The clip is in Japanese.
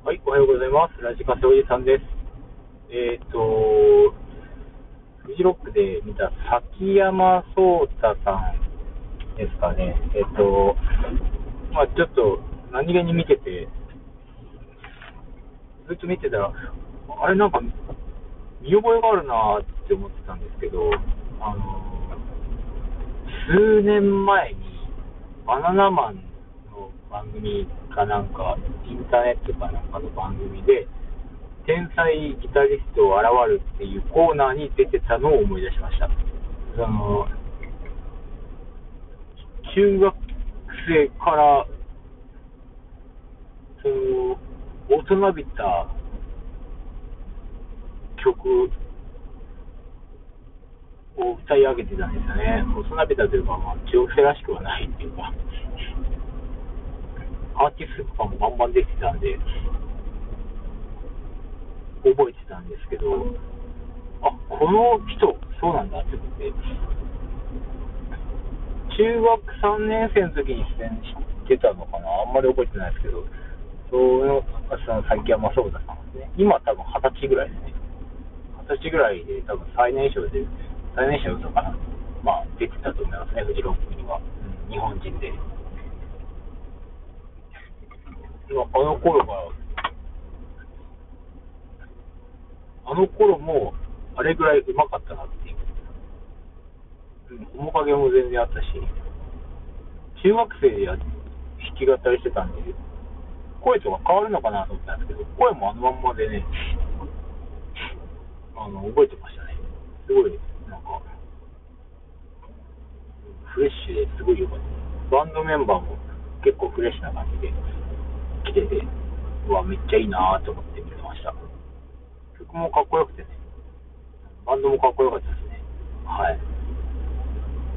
はい、おはようございます。ラジカセおじさんです。フジロックで見た崎山壮太さんですかね。ちょっと何気に見てて、ずっと見てたら、あれなんか見覚えがあるなーって思ってたんですけど、あの数年前にバナナマンの番組かなんか、インターネットかなんかの番組で、天才ギタリスト現るっていうコーナーに出てたのを思い出しました。その中学生からその大人びた曲を歌い上げてたんですよね。大人びたというか、中学生らしくはないっていうか、アーティストとかもバンバンできてたんで、覚えてたんですけど、あ、この人、そうなんだって思って、中学3年生の時に出演してたのかな、あんまり覚えてないですけど、その崎山壮太さんですね。今多分20歳ぐらいですね。20歳ぐらいで多分最年少とかな。出てたと思いますね、フジロックには。日本人で。あの頃が、あの頃もあれぐらい上手かったなっていう。面影も全然あったし、中学生で弾き語りしてたんで、声とか変わるのかなと思ったんですけど、声もあのまんまでね、覚えてましたね。すごい、なんか、フレッシュですごい良かった。バンドメンバーも結構フレッシュな感じで来てて、うわ、めっちゃいいなと思って見てました。曲もかっこよくてね、バンドもかっこよかったですね。はい。